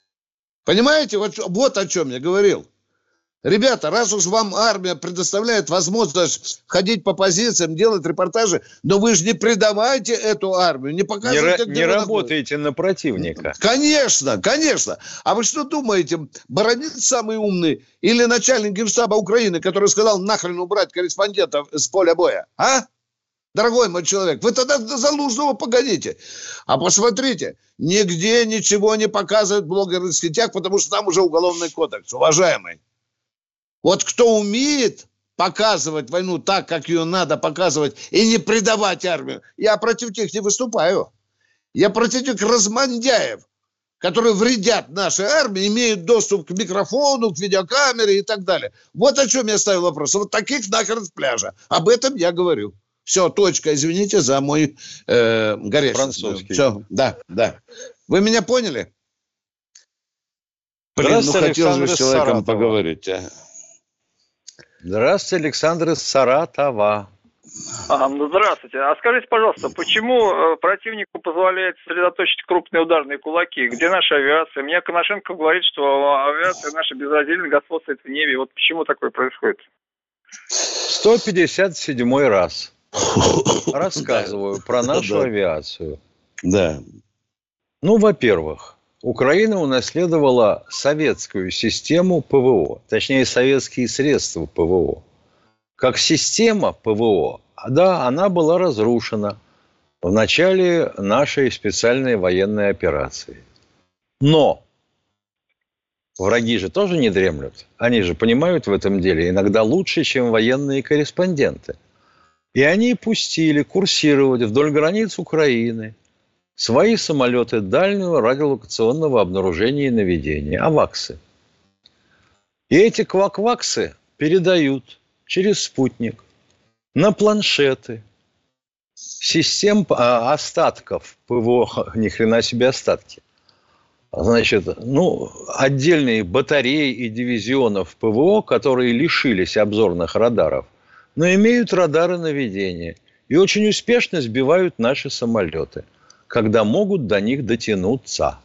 Понимаете, вот, вот о чем я говорил. Ребята, раз уж вам армия предоставляет возможность ходить по позициям, делать репортажи, но вы же не предавайте эту армию, не показывайте... Не, не работаете на противника. Конечно, конечно. А вы что думаете, Баранец самый умный или начальник Генштаба Украины, который сказал нахрен убрать корреспондентов с поля боя? А? Дорогой мой человек, вы тогда до Залужного погодите. А посмотрите, нигде ничего не показывают в блогерных сетях, потому что там уже уголовный кодекс, уважаемый. Вот кто умеет показывать войну так, как ее надо показывать, и не предавать армию, я против тех не выступаю. Я против тех размандяев, которые вредят нашей армии, имеют доступ к микрофону, к видеокамере и так далее. Вот о чем я ставил вопрос. Вот таких нахрен с пляжа. Об этом я говорю. Все, точка. Извините за мой э, горячий. Французский. Все, да, да. Вы меня поняли? Блин, ну хотел же с человеком поговорить, а. Здравствуйте, Александр из Саратова. А, ну, здравствуйте. А скажите, пожалуйста, почему э, противнику позволяет сосредоточить крупные ударные кулаки? Где наша авиация? Мне Коношенко говорит, что авиация наша безраздельно господствует в небе. Вот почему такое происходит? сто пятьдесят седьмой раз рассказываю про нашу авиацию. Да. Ну, во-первых, Украина унаследовала советскую систему ПВО, точнее, советские средства ПВО. Как система ПВО, да, она была разрушена в начале нашей специальной военной операции. Но враги же тоже не дремлют. Они же понимают в этом деле иногда лучше, чем военные корреспонденты. И они пустили курсировать вдоль границ Украины свои самолеты дальнего радиолокационного обнаружения и наведения, аваксы. И эти квакваксы передают через спутник на планшеты систем а, остатков ПВО, ни хрена себе остатки. Значит, ну, отдельные батареи и дивизионов ПВО, которые лишились обзорных радаров, но имеют радары наведения и очень успешно сбивают наши самолеты, когда могут до них дотянуться.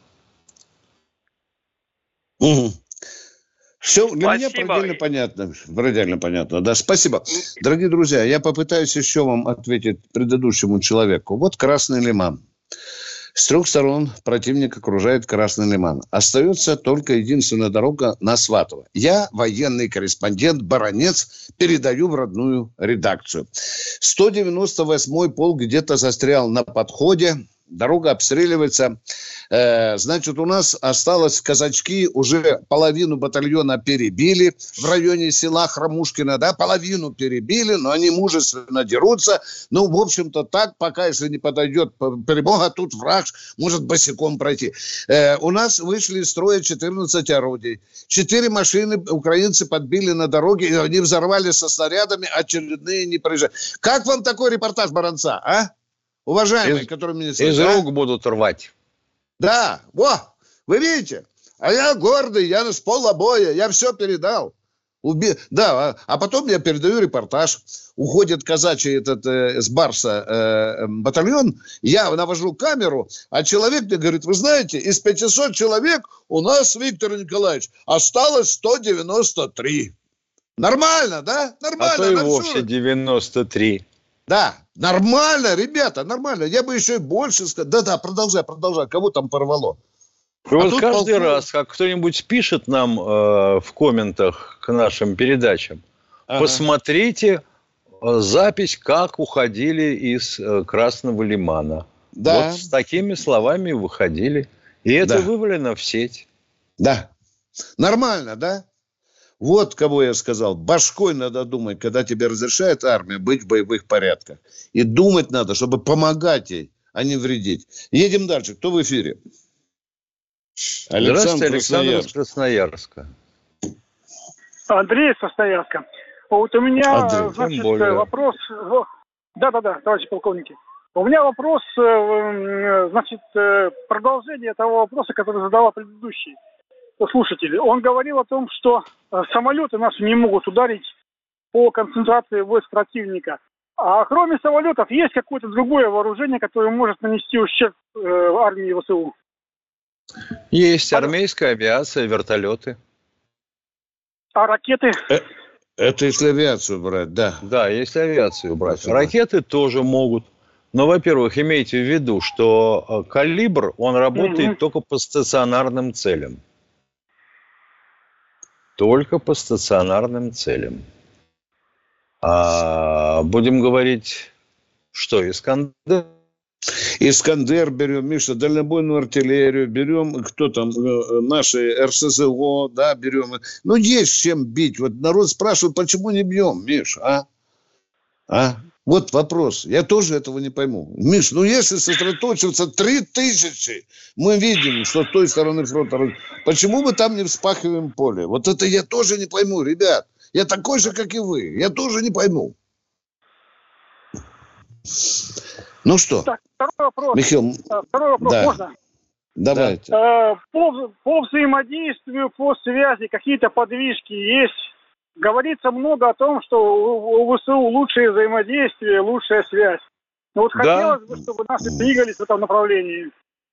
Угу. Все для спасибо. Меня предельно понятно. Предельно понятно. Да, спасибо. Дорогие друзья, я попытаюсь еще вам ответить предыдущему человеку. Вот Красный Лиман. С трех сторон противник окружает Красный Лиман. Остается только единственная дорога на Сватово. Я, военный корреспондент, баронец, передаю в родную редакцию. сто девяносто восьмой полк где-то застрял на подходе. Дорога обстреливается. Э, значит, у нас осталось казачки, уже половину батальона перебили в районе села Хромушкино, да, половину перебили, но они мужественно дерутся. Ну, в общем-то, так, пока, если не подойдет перемога, тут враг может босиком пройти. Э, у нас вышли из строя четырнадцать орудий. Четыре машины украинцы подбили на дороге, и они взорвали со снарядами, очередные не проезжают. Как вам такой репортаж, Баранца, а? Уважаемые, из, которые меня слышат. Из а? рук будут рвать. Да, во, вы видите? А я гордый, я с пола боя, я все передал. Уби... Да, а, а потом я передаю репортаж. Уходит казачий этот э, с Барса э, батальон, я навожу камеру, а человек мне говорит, вы знаете, из пятисот человек у нас, Виктор Николаевич, осталось сто девяносто три. Нормально, да? Нормально. А то и на вовсе всю... девяносто три. Да, нормально, ребята, нормально. Я бы еще и больше сказал. Да-да, продолжай, продолжай. Кого там порвало? И а вот каждый полку... раз, как кто-нибудь пишет нам э, в комментах к нашим передачам, ага. посмотрите э, запись, как уходили из э, Красного Лимана. Да. Вот с такими словами выходили. И это да. вывалено в сеть. Да. Нормально, да? Вот кого я сказал. Башкой надо думать, когда тебе разрешает армия быть в боевых порядках. И думать надо, чтобы помогать ей, а не вредить. Едем дальше. Кто в эфире? Александр, Александр из Красноярска. Андрей из Красноярска. Вот у меня, Андрей, значит, вопрос... Да-да-да, товарищи полковники. У меня вопрос, значит, продолжение того вопроса, который задала предыдущий слушатель. Он говорил о том, что самолеты наши не могут ударить по концентрации войск противника. А кроме самолетов есть какое-то другое вооружение, которое может нанести ущерб армии ВСУ? Есть армейская авиация, вертолеты. А ракеты? Это если авиацию брать, да. Да, если авиацию брать. Ракеты тоже могут. Но, во-первых, имейте в виду, что калибр, он работает mm-hmm. только по стационарным целям. Только по стационарным целям. А будем говорить, что Искандер? Искандер берем, Миша, дальнобойную артиллерию, берем, кто там, наши РСЗО, да, берем. Ну, есть чем бить. Вот народ спрашивает, почему не бьем, Миш, а? А? Вот вопрос. Я тоже этого не пойму. Миш, ну если сосредоточиться три тысячи, мы видим, что с той стороны фронта... Почему мы там не вспахиваем поле? Вот это я тоже не пойму, ребят. Я такой же, как и вы. Я тоже не пойму. Ну что? Так, второй вопрос. Михаил, второй вопрос, да. можно? Давайте. По, по взаимодействию, по связи, какие-то подвижки есть? Говорится много о том, что у ВСУ лучшее взаимодействие, лучшая связь. Но вот да. хотелось бы, чтобы наши двигались в этом направлении.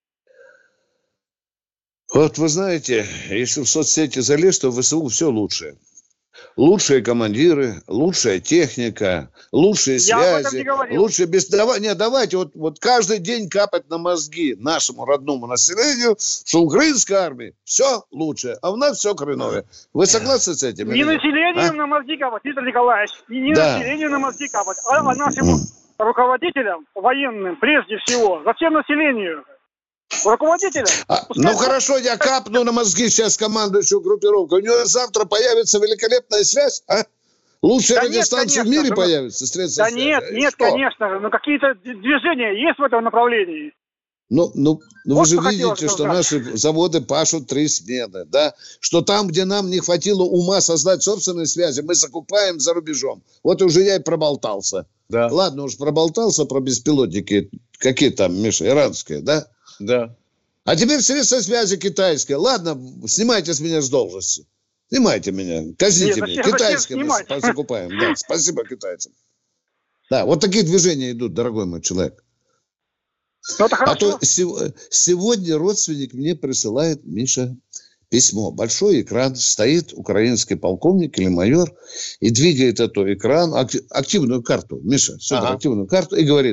Вот вы знаете, если в соцсети залез, то в ВСУ все лучше. Лучшие командиры, лучшая техника, лучшие связи, лучшие без... Давай, нет, давайте вот, вот каждый день капать на мозги нашему родному населению, что украинская армия все лучше, а у нас все хреновее. Вы согласны с этим? Не населению а? на мозги капать, Виктор Николаевич, не да. населению на мозги капать, а, а нашим mm. руководителям, военным, прежде всего. Зачем населению? Руководителя? А, ну хорошо, я капну на мозги сейчас командующую группировку. У него завтра появится великолепная связь, а? Лучшие да радиостанции нет, в мире появятся. Средства да связи. нет, нет, что? Конечно. Но какие-то движения есть в этом направлении. Ну, ну, ну вот вы же видите, что наши заводы пашут три смены, да? Что там, где нам не хватило ума создать собственные связи, мы закупаем за рубежом. Вот уже я и проболтался. Да. Ладно, уж проболтался про беспилотники. Какие там, Миша, иранские, да? Да. А теперь средства связи китайские. Ладно, снимайте с меня с должности. Снимайте меня, казните Нет, меня. Китайские мы закупаем. Да, спасибо китайцам. Да, вот такие движения идут, дорогой мой человек. А то сегодня родственник мне присылает, Миша, письмо. Большой экран, стоит украинский полковник или майор и двигает эту экран, активную карту, Миша, сюда, ага. активную карту, и говорит: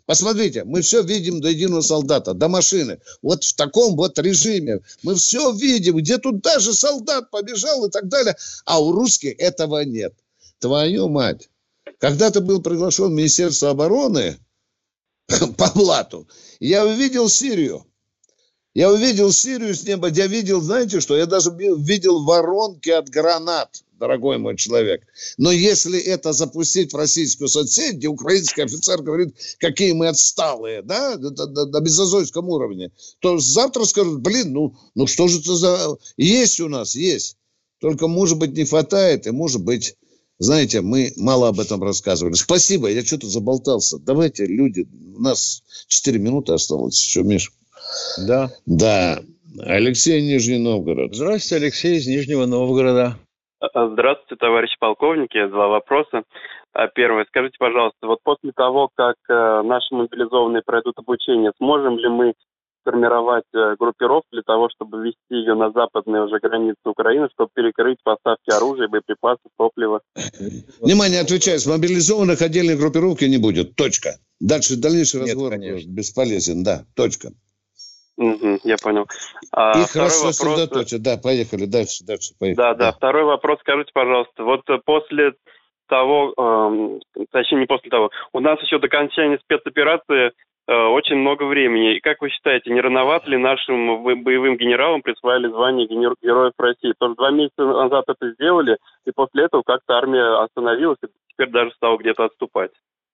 Посмотрите, мы все видим до единого солдата, до машины. Вот в таком вот режиме. Мы все видим, где тут даже солдат побежал и так далее. А у русских этого нет. Твою мать. Когда ты был приглашен в Министерство обороны по блату, я увидел Сирию. Я увидел Сирию с неба. Я видел, знаете что? Я даже видел воронки от гранат, дорогой мой человек. Но если это запустить в российскую соцсеть, где украинский офицер говорит, какие мы отсталые, да, на мезозойском уровне, то завтра скажут, блин, ну, ну что же это за... Есть у нас, есть. Только, может быть, не хватает, и, может быть, знаете, мы мало об этом рассказывали. Спасибо, я что-то заболтался. Давайте, люди, у нас четыре минуты осталось еще, Миш. Да. Да. Алексей, Нижний Новгород. Здравствуйте, Алексей из Нижнего Новгорода. Здравствуйте, товарищи полковники. Два вопроса. Первое. Скажите, пожалуйста, вот после того, как наши мобилизованные пройдут обучение, сможем ли мы формировать группировку для того, чтобы ввести ее на западные уже границы Украины, чтобы перекрыть поставки оружия, боеприпасов, топлива? Внимание, отвечаю, с мобилизованных отдельной группировки не будет. Точка. Дальше дальнейший Нет, разговор конечно. бесполезен. Да, точка. Угу, я понял. А, Их рассосредоточат. Да, поехали дальше, дальше. Поехали. Да, да, да. Второй вопрос. Скажите, пожалуйста, вот после того, э, точнее не после того, у нас еще до окончания спецоперации э, очень много времени. И как вы считаете, не рановато ли нашим боевым генералам присвоили звание генер... Героев России? Тоже два месяца назад это сделали, и после этого как-то армия остановилась, и теперь даже стала где-то отступать.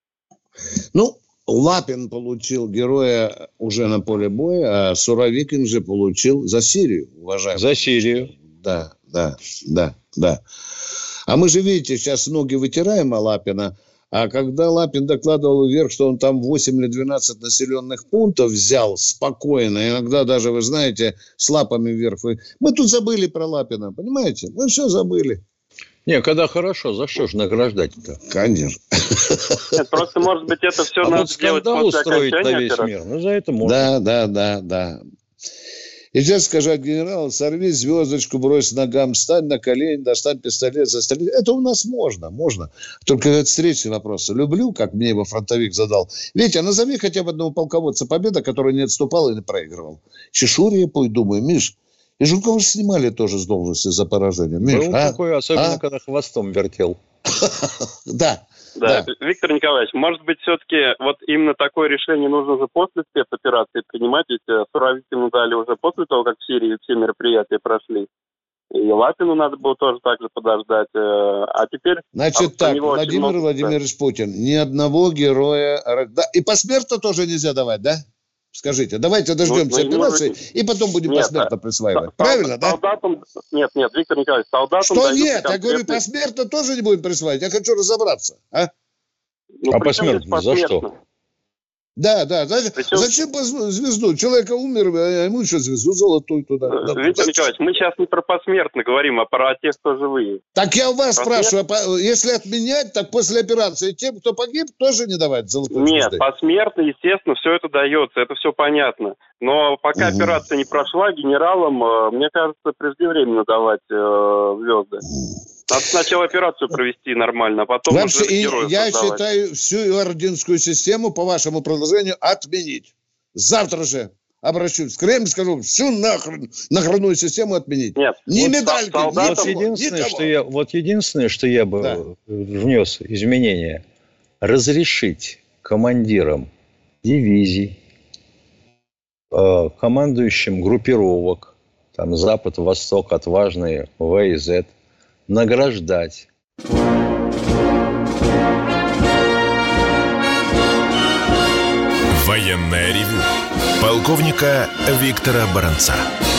Ну, Лапин получил героя уже на поле боя, а Суровикин же получил за Сирию, уважаемый. За Сирию. Да, да, да, да. А мы же, видите, сейчас ноги вытираем о Лапина, а когда Лапин докладывал вверх, что он там восемь или двенадцать населенных пунктов взял спокойно, иногда даже, вы знаете, с лапами вверх. Мы тут забыли про Лапина, понимаете? Мы все забыли. Не, когда хорошо, за что же награждать-то? Конечно. Нет, просто, может быть, это все а надо вот сделать после устроить на весь операции. мир. Ну, за это можно. Да, да, да, да. И сейчас скажу генералу, сорви звездочку, брось ногам, встань на колени, достань пистолет, застрели. Это у нас можно, можно. Только это встречный вопрос. Люблю, как мне его фронтовик задал. Витя, назови хотя бы одного полководца победа, который не отступал и не проигрывал. Чешуриепу, думаю, Миш, и Жукова снимали тоже с должности за поражение. Миш, Был а? такой, особенно а? когда хвостом вертел. Да. Да. Да, Виктор Николаевич, может быть, все-таки вот именно такое решение нужно уже после спецоперации принимать, ведь Суровикину дали уже после того, как в Сирии все мероприятия прошли. И Лапину надо было тоже так же подождать. А теперь... Значит а так, Владимир много... Владимирович Путин, ни одного героя... Да, и посмертно тоже нельзя давать, да? Скажите, давайте дождемся ну, операции, может... и потом будем нет, посмертно присваивать. Сол... Правильно, да? Солдатам... Нет, нет, Виктор Николаевич, солдатам... Что нет? Конкретный... Я говорю, посмертно тоже не будем присваивать. Я хочу разобраться. А, ну, а посмертно за что? Да, да. Причем... Зачем звезду? Человек умер, а ему еще звезду золотую туда. Виктор Николаевич, мы сейчас не про посмертно говорим, а про тех, кто живые. Так я у вас посмертно... спрашиваю, если отменять, так после операции тем, кто погиб, тоже не давать золотую звезду? Нет, посмертно, естественно, все это дается, это все понятно. Но пока угу. операция не прошла, генералам, мне кажется, преждевременно давать э, звезды. Надо сначала операцию провести нормально, а потом Вообще, уже героев я создавать. считаю всю орденскую систему по вашему предложению отменить. Завтра же обращусь в Кремль, скажу, всю нахрен, нахренную систему отменить. Нет. Ни вот медальки, солдатам, вот единственное, что я, вот единственное, что я бы да. внес изменения, разрешить командирам дивизий, э, командующим группировок, там Запад, Восток, Отважные, В и З, награждать. Военное ревю полковника Виктора Баранца.